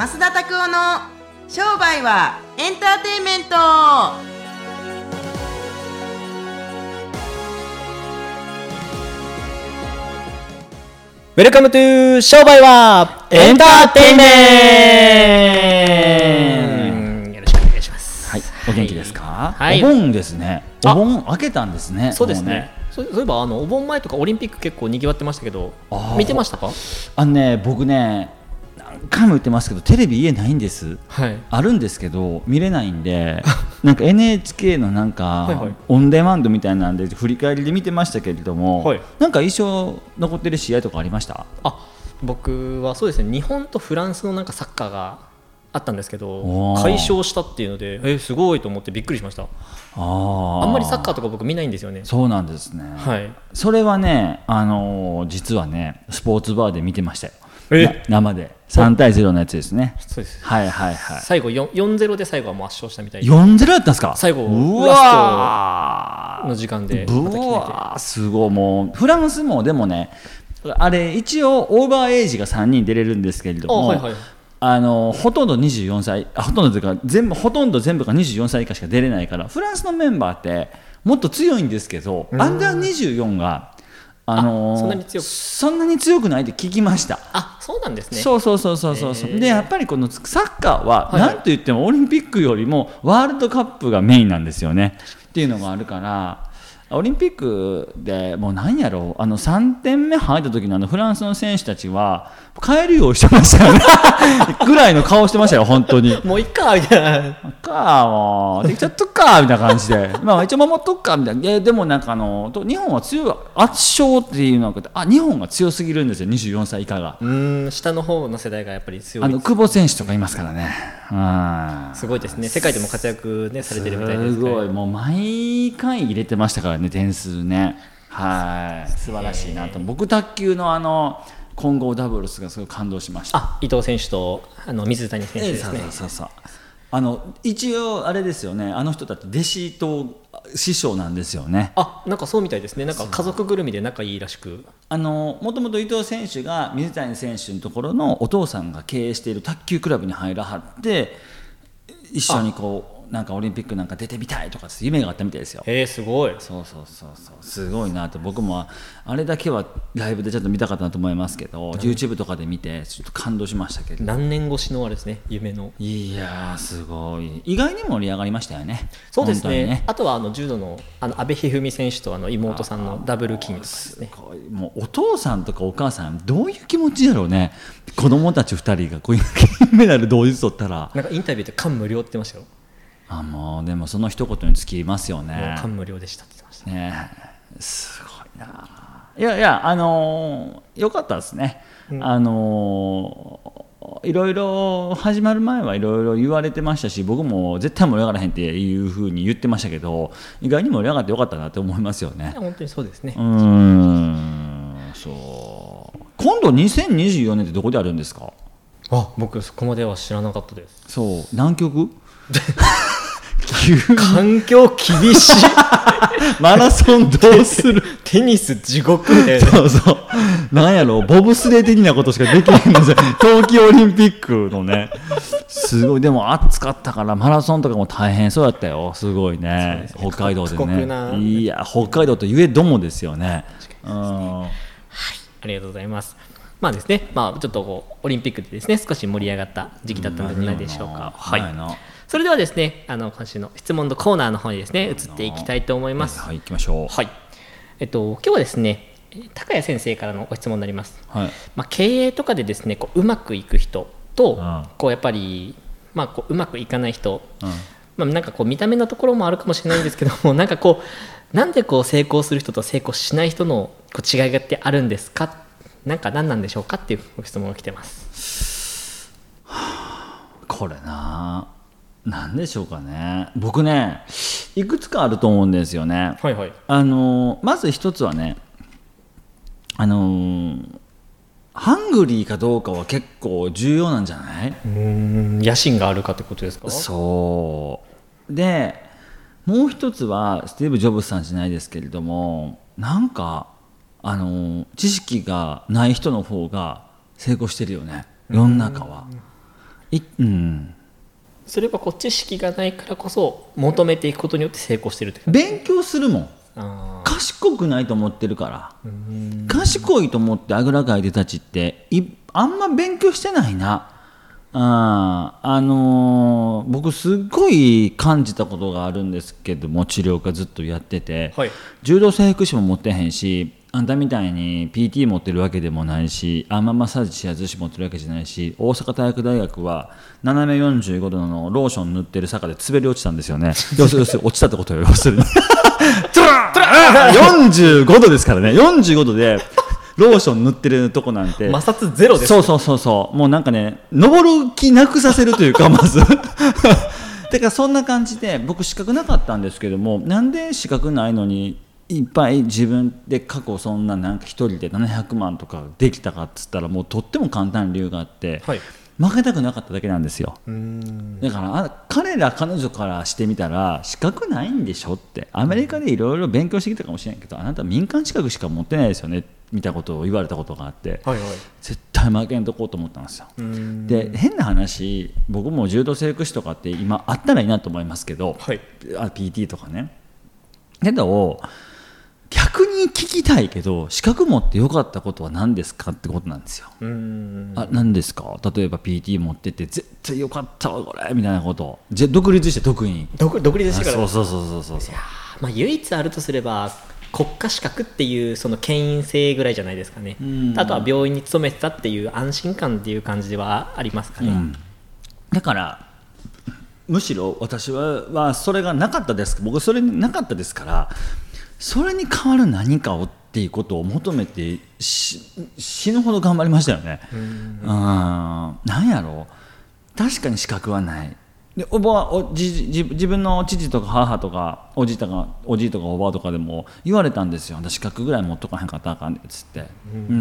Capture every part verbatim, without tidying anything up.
増田拓夫の商売はエンターテインメント。 ウェルカムトゥー商売はエンターテイメント。よろしくお願いします。 はい、お元気ですか？ はい、 お盆ですね。お盆明けたんですね。 そうですね。そういえばあのお盆前とかオリンピック結構にぎわってましたけど、見てましたか？ あのね、僕ね、何回も言ってますけどテレビ家ないんです、はい、あるんですけど見れないんでなんか エヌエイチケー のなんかはい、はい、オンデマンドみたいなんで振り返りで見てましたけれども、はい、なんか印象残ってる試合とかありました？ あ、僕はそうですね、日本とフランスのなんかサッカーがあったんですけど快勝したっていうので、えすごいと思ってびっくりしました。あ, あんまりサッカーとか僕見ないんですよね。 そうなんですね、 はい、それはね、あのー、実はねスポーツバーで見てましたよ。え生でさんたいゼロのやつですね。 そうです、 はいはいはい、 最後 よんたいゼロ で最後はもう圧勝したみたいで。 よんたいゼロ だったんですか？ 最後うラストの時間でまた決めて。うわすごい。もうフランスもでもね、あれ一応オーバーエイジがさんにん出れるんですけれども、あ、はいはい、あのほとんどにじゅうよんさい、あほとんどというか全部ほとんど全部がにじゅうよんさい以下しか出れないから、フランスのメンバーってもっと強いんですけど、アンダーにじゅうよんがあのー、そんなに強くそんなに強くないって聞きました。 あ、そうなんですね。 そうそうそうそうそう。でやっぱりこのサッカーは何と言ってもオリンピックよりもワールドカップがメインなんですよねっていうのがあるから、オリンピックでもう何やろう、あのさんてんめ入った時のあのフランスの選手たちは帰るようしてましたよねぐらいの顔してましたよ本当に。 もういっかみたいな、 かもうできちゃっとっかみたいな感じでまあ一応守っとっかみたいな。でもなんかあの日本は強い、圧勝っていうのがあ日本が強すぎるんですよ、にじゅうよんさい以下が。 うーん、下の方の世代がやっぱり強い。 あの久保選手とかいますからね。 うん、すごいですね。世界でも活躍、ね、されてるみたいですね。 すごい、もう毎回入れてましたからね、点数ね。はい、素晴らしいなと。僕卓球のあの混合ダブルスがすごい感動しました。 あ、伊藤選手とあの水谷選手ですね。 そうそうそう、あの一応あれですよね、あの人たち弟子と師匠なんですよね。 あ、なんかそうみたいですね。なんか家族ぐるみで仲いいらしく、 あのもともと伊藤選手が水谷選手のところのお父さんが経営している卓球クラブに入らはって、一緒にこうなんかオリンピックなんか出てみたいとか夢があったみたいですよ。 へえ、すごい。 そうそうそうそう、すごいなと。僕もあれだけはライブでちょっと見たかったなと思いますけど、 YouTube とかで見てちょっと感動しましたけど。 何年越しのあれですね、夢の。 いやーすごい、意外に盛り上がりましたよね。 そうです ね, ねあとはあの柔道のあの阿部一二三選手とあの妹さんのダブル金とかですね。 すごい。もうお父さんとかお母さんどういう気持ちやろうね、子供たちふたりがこういう金メダル同時取ったら。 なんかインタビューで感無量って言ってましたよ。 あ、もうでもその一言に尽きますよね。 もう感無量でしたって言ってましたね。すごいな。いやいや、あのー、よかったですね、うん、あのー、いろいろ始まる前はいろいろ言われてましたし、僕も絶対盛り上がらへんっていうふうに言ってましたけど、意外に盛り上がってよかったなって思いますよね。 いや本当にそうですね。 うーん、そう。今度にせんにじゅうよねんってどこであるんですか？ あ、僕そこまでは知らなかったです。 そう、南極環境厳しいマラソンどうするテニス地獄みたいな。 そうそう、なんやろ、ボブスレー的なことしかできないんですよ冬季オリンピックのね。すごい。でも暑かったからマラソンとかも大変そうだったよ。すごい ね, ね北海道でね。いや北海道といえどもですよね。うん、はい、 ありがとうございます。まあですね、まあ、ちょっとこうオリンピックでですね少し盛り上がった時期だったのではないでしょうか。はい、それではですね、あの今週の質問のコーナーの方にですね移っていきたいと思います。 はい、行きましょう。 はい、えっと今日はですね高谷先生からのご質問になります。はい、まあ、経営とかでですねこううまくいく人と、うん、こうやっぱり、まあ、こううまくいかない人、うん、まあ、なんかこう見た目のところもあるかもしれないんですけどもなんかこうなんでこう成功する人と成功しない人のこう違いがってあるんですか、なんか何なんでしょうかっていうご質問が来てます。 これな、何でしょうかね。僕ねいくつかあると思うんですよね。 はいはい、 あのまず一つはね、あのハングリーかどうかは結構重要なんじゃない？うーん、野心があるかってことですか？ そうで、もう一つはスティーブ・ジョブズさんじゃないですけれども、なんかあの知識がない人の方が成功してるよね、世の中は。 い、うん、 それはこう知識がないからこそ求めていくことによって成功してるというか、 勉強するもん。あ、賢くないと思ってるから。賢いと思ってあぐらかいてたちっていあんま勉強してないな。あ, あのー、僕すっごい感じたことがあるんですけども、治療家ずっとやってて、はい、柔道整復師も持ってへんし、あんたみたいに ピーティー 持ってるわけでもないし、アーマーマッサージしやずし持ってるわけじゃないし、大阪体育大学は斜めよんじゅうごどのローション塗ってる坂で滑り落ちたんですよね。要するに落ちたってことよ。要するによんじゅうごどですからね。よんじゅうごどでローション塗ってるとこなんて摩擦ゼロです。 そうそうそうそう、もうなんかね、登る気なくさせるというか、まずだからそんな感じで、僕資格なかったんですけども、なんで資格ないのにいっぱい自分で過去そんななんか一人でななひゃくまんとかできたかっつったら、もうとっても簡単な理由があって、はい、負けたくなかっただけなんですよ。うーん、だからあ彼ら彼女からしてみたら資格ないんでしょって、アメリカでいろいろ勉強してきたかもしれないけど、あなた民間資格しか持ってないですよねみたいなことを言われたことがあって、はいはい、絶対負けんとこうと思ったんですよ。で、変な話、僕も柔道整復師とかって今あったらいいなと思いますけど、はい、あ ピーティー とかね。けど逆に聞きたいけど、資格持ってよかったことは何ですかってことなんですよ。うーん、あ、何ですか。例えば ピーティー 持ってて絶対よかったわこれみたいなこと、じゃ独立して特に独, 独立してから、 そうそうそうそうそう、いや、 まあ、唯一あるとすれば国家資格っていうその権威性ぐらいじゃないですかね。あとは病院に勤めてたっていう安心感っていう感じではありますかね。うん、 だからむしろ私 は, はそれがなかったです。僕それなかったですから、それに代わる何かをっていうことを求めて死ぬほど頑張りましたよね。うん、なんやろう、確かに資格はない。でおばおじじ自分の父とか母とかおじいとかおじいとかおばあとかでも言われたんですよ。資格ぐらい持っとかへんかったらあかんねっつって、うんうん、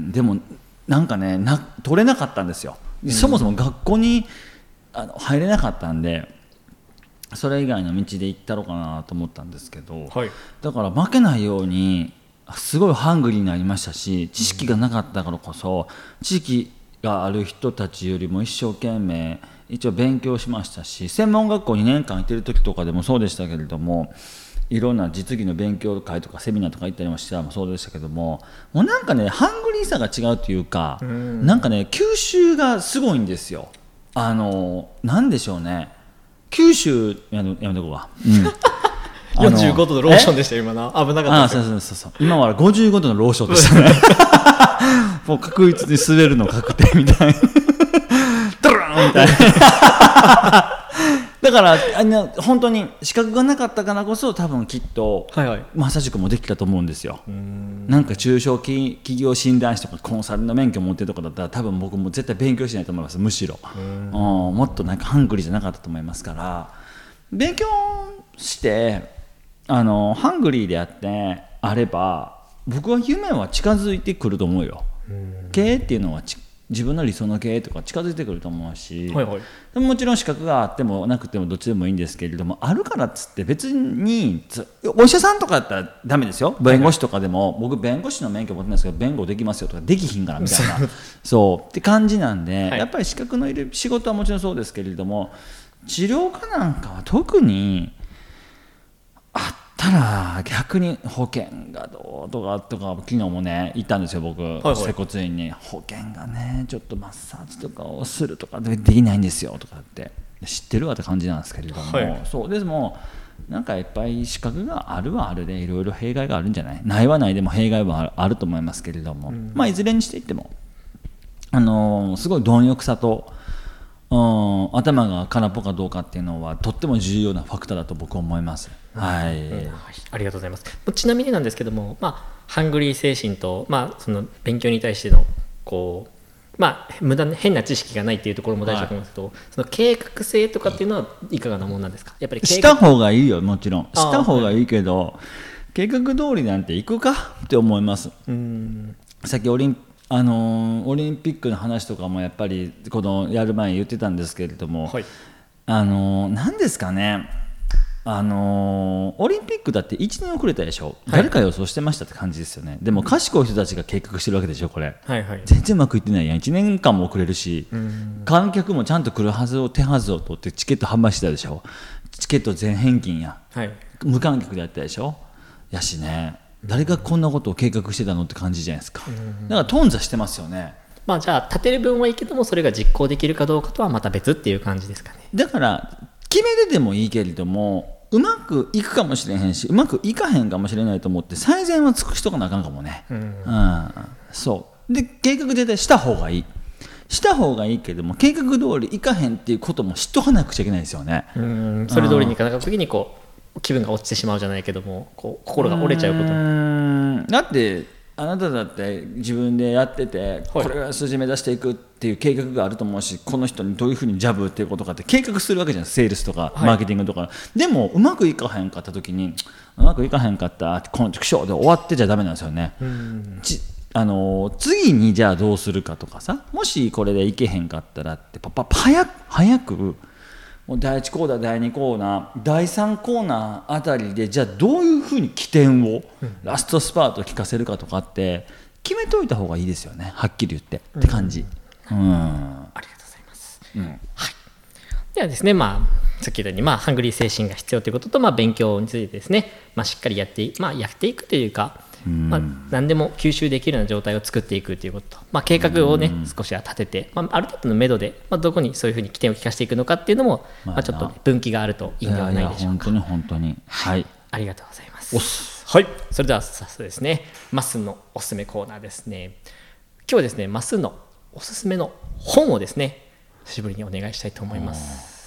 でもなんかねな取れなかったんですよ。そもそも学校にあの入れなかったんで、それ以外の道で行ったろうかなと思ったんですけど、はい、だから負けないようにすごいハングリーになりましたし、知識がなかったからこそ、知識がある人たちよりも一生懸命一応勉強しましたし、専門学校にねんかん行ってる時とかでもそうでしたけれども、いろんな実技の勉強会とかセミナーとか行ったりもしたらもそうでしたけども、もうなんかねハングリーさが違うというか、うん、なんかね吸収がすごいんですよ。あのなんでしょうね、九州やめとこうわ、 うん、よんじゅうごどのローションでしたよ今な。危なかったですよ。 あ、そうそうそう、今はごじゅうごどのローションでしたねもう確実に滑るの確定みたいなドルーンみたいなだからあの本当に資格がなかったからこそ、多分きっと、はいはい、まさしくもできたと思うんですよ。うーん、なんか中小企業診断士とかコンサルの免許持ってるとかだったら、多分僕も絶対勉強しないと思います。むしろうん、もっとなんかハングリーじゃなかったと思いますから、勉強してあのハングリーであってあれば、僕は夢は近づいてくると思うよ。うん、経営っていうのはち自分の理想の経営とか近づいてくると思うし、はいはい、でももちろん資格があってもなくてもどっちでもいいんですけれども、あるからっつって別にお医者さんとかだったらダメですよ。弁護士とかでも、はいはい、僕弁護士の免許持ってないですけど弁護できますよとかできひんからみたいなそうって感じなんで、はい、やっぱり資格のいる仕事はもちろんそうですけれども、治療家なんかは特にあったら逆に保険がどうとかとか、昨日もね行ったんですよ僕、はいはい、接骨院に。保険がねちょっとマッサージとかをするとかでできないんですよとかって知ってるわって感じなんですけれども、はい、そうでもなんかいっぱい資格があるはあるでいろいろ弊害があるんじゃない、ないはないでも弊害はあると思いますけれども、うん、まあいずれにしていってもあのー、すごい貪欲さとうん、頭が空っぽかどうかっていうのはとっても重要なファクターだと僕は思います。はい、うん、 ありがとうございます。ちなみになんですけども、まあ、ハングリー精神と、まあ、その勉強に対してのこう、まあ、無駄な変な知識がないっていうところも大事だと思うんですけど、はい、その計画性とかっていうのはいかがなものなんですか。やっぱり計画した方がいいよ、もちろんした方がいいけど、はい、計画通りなんていくかって思います。うん、さっきオリンあのー、オリンピックの話とかもやっぱりこのやる前に言ってたんですけれども、はい、あのー、何ですかね、 あのー、オリンピックだっていちねん遅れたでしょ、はい、誰か予想してましたって感じですよね。でも賢い人たちが計画してるわけでしょこれ、はいはい、全然うまくいってないやん。いちねんかんも遅れるし、観客もちゃんと来るはずを手はずを取ってチケット販売してたでしょ。チケット全返金や、はい、無観客でやったでしょ。やしね、誰がこんなことを計画してたのって感じじゃないですか。だから頓挫してますよね。 まあ、じゃあ立てる分はいいけどもそれが実行できるかどうかとはまた別っていう感じですかね。 だから決めててもいいけれどもうまくいくかもしれへんしうまくいかへんかもしれないと思って最善は尽くしとかなあかんかもね、うんうん、そうで計画絶対した方がいいした方がいいけども計画通りいかへんっていうことも知っとかなくちゃいけないですよね。 うん、それ通りにいかなかった時にこう気分が落ちてしまうじゃないけどもこう心が折れちゃうこと。うーんだってあなただって自分でやってて、はい、これは数字目指していくっていう計画があると思うしこの人にどういうふうにジャブっていうことかって計画するわけじゃん。セールスとかマーケティングとか、はい、でもうまくいかへんかった時にうまくいかへんかったってこの畜生で終わってちゃダメなんですよね。うんちあの次にじゃあどうするかとかさもしこれでいけへんかったらってパパ早く早くもうだいいちコーナーだいにコーナーだいさんコーナーあたりでじゃあどういうふうに起点をラストスパート効かせるかとかって決めといた方がいいですよね。はっきり言ってって感じ、うんうん、 ありがとうございます、うんはい、ではですね、まあ、さっき言ったように、まあ、ハングリー精神が必要ということと、まあ、勉強についてですね、まあ、しっかりやって、まあ、やっていくというかまあ、何でも吸収できるような状態を作っていくということと、まあ、計画をね少しは立てて、まあ、ある程度の目処で、まあ、どこにそういうふうに起点を利かしていくのかっていうのも、まあ、ちょっと、ね、分岐があるといいんではないでしょうか。 いやいや本当に本当に、はい、 ありがとうございます。はい、それでは早速ですねまっすーのおすすめコーナーですね。今日はですねまっすーのおすすめの本をですね久しぶりにお願いしたいと思います。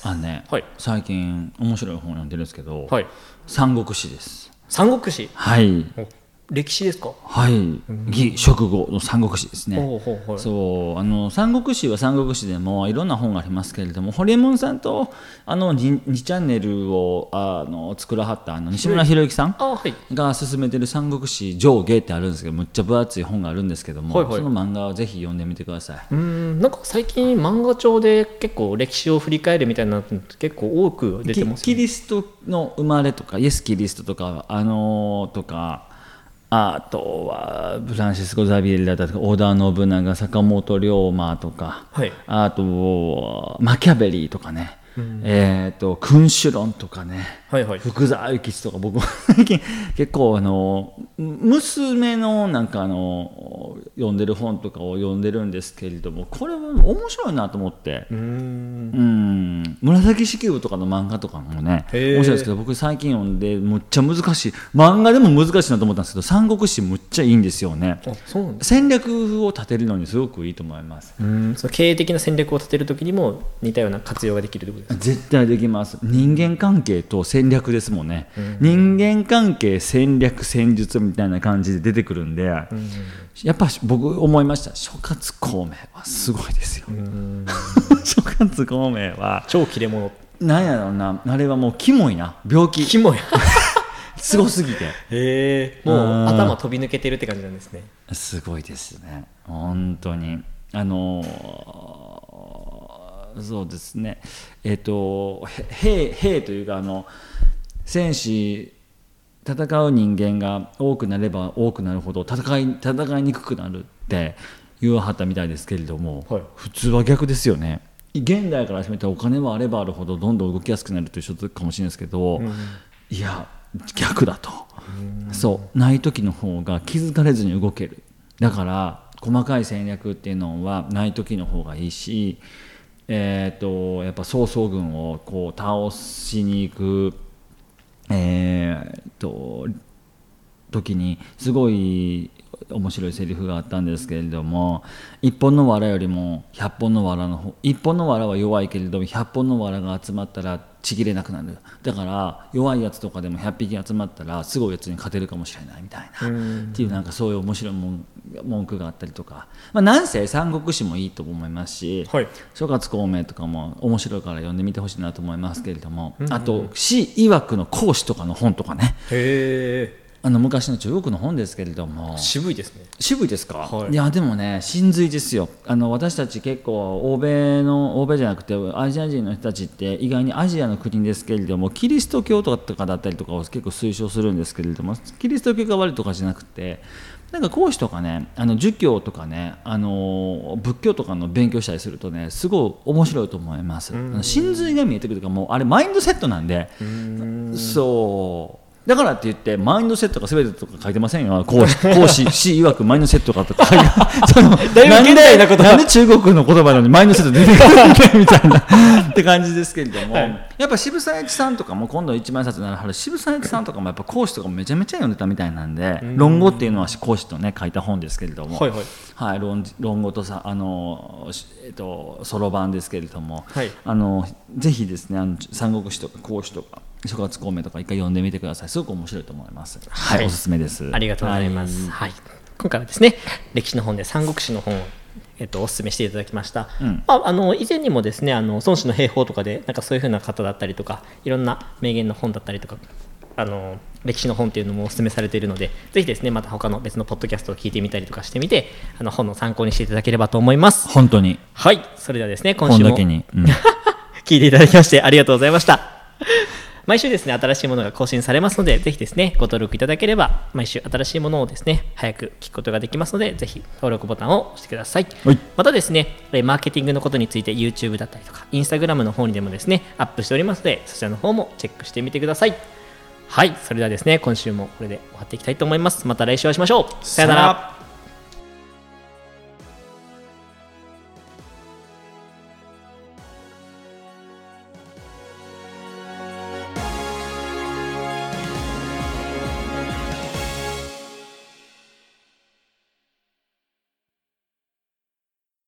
あのね、はい、最近面白い本を読んでるんですけど、 はい、 三国志です。 三国志、 はい歴史ですか。 はい、義蜀呉の三国志ですね。ほうほうほうそうあの三国志は三国志でもいろんな本がありますけれどもホリエモンさんとあの 2, 2チャンネルをあの作らはったあの西村博之さんが進めてる三国志上下ってあるんですけどむっちゃ分厚い本があるんですけども、はいはい、その漫画をぜひ読んでみてください。 うーんなんか最近漫画帳で結構歴史を振り返るみたいなのって結構多く出てますよね。 キリストの生まれとかイエス・キリストとかあのー、とかあとはフランシスコ・ザビエルだったり織田信長坂本龍馬とか、はい、あとマキャベリーとかね、うん、えーと君主論とかね、はいはい、福沢諭吉とか僕も最近結構あの娘のなんかあの読んでる本とかを読んでるんですけれどもこれは面白いなと思ってうーんうん紫式部とかの漫画とかもね面白いですけど僕最近読んでむっちゃ難しい漫画でも難しいなと思ったんですけど三国志むっちゃいいんですよね。あそうなんです。戦略を立てるのにすごくいいと思います。 うんその経営的な戦略を立てるときにも似たような活用ができるということですか。 絶対できます。人間関係と戦略ですもんね、うん、人間関係戦略戦術みたいな感じで出てくるんで、うん、やっぱ僕思いました諸葛孔明はすごいですよ、うん、諸葛孔明は超切れ者なんやろうなあれはもうキモいな病気キモいすごすぎてへもう頭飛び抜けてるって感じなんですね。 すごいですね本当にあのー、そうですねえっ、ー、と兵兵というかあの戦士戦う人間が多くなれば多くなるほど戦い、戦いにくくなるって言わはったみたいですけれども、はい、普通は逆ですよね。現代からしてみたらお金はあればあるほどどんどん動きやすくなると一緒かもしれないですけど、うん、いや逆だと、うん、そうない時の方が気づかれずに動ける。だから細かい戦略っていうのはない時の方がいいし、えー、とやっぱ曹操軍をこう倒しに行くえー、と時にすごい面白いセリフがあったんですけれども一本の藁よりも百本の藁の方一本の藁は弱いけれども百本の藁が集まったらちぎれなくなる。だから弱いやつとかでもひゃっぴき集まったらすごいやつに勝てるかもしれないみたいなっていうなんかそういう面白い文句があったりとか、まあ、なんせ三国志もいいと思いますし、はい、諸葛孔明とかも面白いから読んでみてほしいなと思いますけれども、うんうん、あと詩曰くの講師とかの本とかねへあの昔の中国の本ですけれども。 渋いですね。 渋いですか、 はい、 いやでもね真髄ですよ。あの私たち結構欧米の欧米じゃなくてアジア人の人たちって意外にアジアの国ですけれどもキリスト教とかだったりとかを結構推奨するんですけれども、キリスト教が悪いとかじゃなくて、なんか講師とかね、あの儒教とかね、あの仏教とかの勉強したりするとねすごい面白いと思います。真髄が見えてくるとか、もうあれマインドセットなんで、うんそうだからって言ってマインドセットが全てとか書いてませんよ。講師講師師曰くマインドセットかとかそのだいぶ現代なことなんで中国の言葉なのにマインドセット出てくるんだみたいなって感じですけれども、はい、やっぱ渋沢栄一さんとかも今度一万円札になるはる渋沢栄一さんとかもやっぱ講師とかもめちゃめちゃ読んでたみたいなんで、論語っていうのは講師とね書いた本ですけれども、はいはいはい、論, 論語とさあのえっとそろばんですけれども、はい、あのぜひですねあの三国志とか孔子とか諸葛孔明とか一回読んでみてください。すごく面白いと思います。はい、はい、おすすめです。 ありがとうございます。はい、はい、今回はですね歴史の本で三国志の本を、えっと、おすすめしていただきました。うんまあ、あの以前にもですねあの孫子の兵法とかでなんかそういう風な方だったりとかいろんな名言の本だったりとかあの歴史の本っていうのもおすすめされているので、ぜひですねまた他の別のポッドキャストを聞いてみたりとかしてみてあの本の参考にしていただければと思います。 本当に。 はい、それではですね今週も本だけに、うん、 聞いていただきましてありがとうございました。毎週ですね新しいものが更新されますので、ぜひですねご登録いただければ毎週新しいものをですね早く聞くことができますので、ぜひ登録ボタンを押してください。はい、またですねマーケティングのことについて YouTube だったりとか Instagram の方にでもですねアップしておりますので、そちらの方もチェックしてみてください。はい、それではですね今週もこれで終わっていきたいと思います。また来週お会いしましょう。さよなら。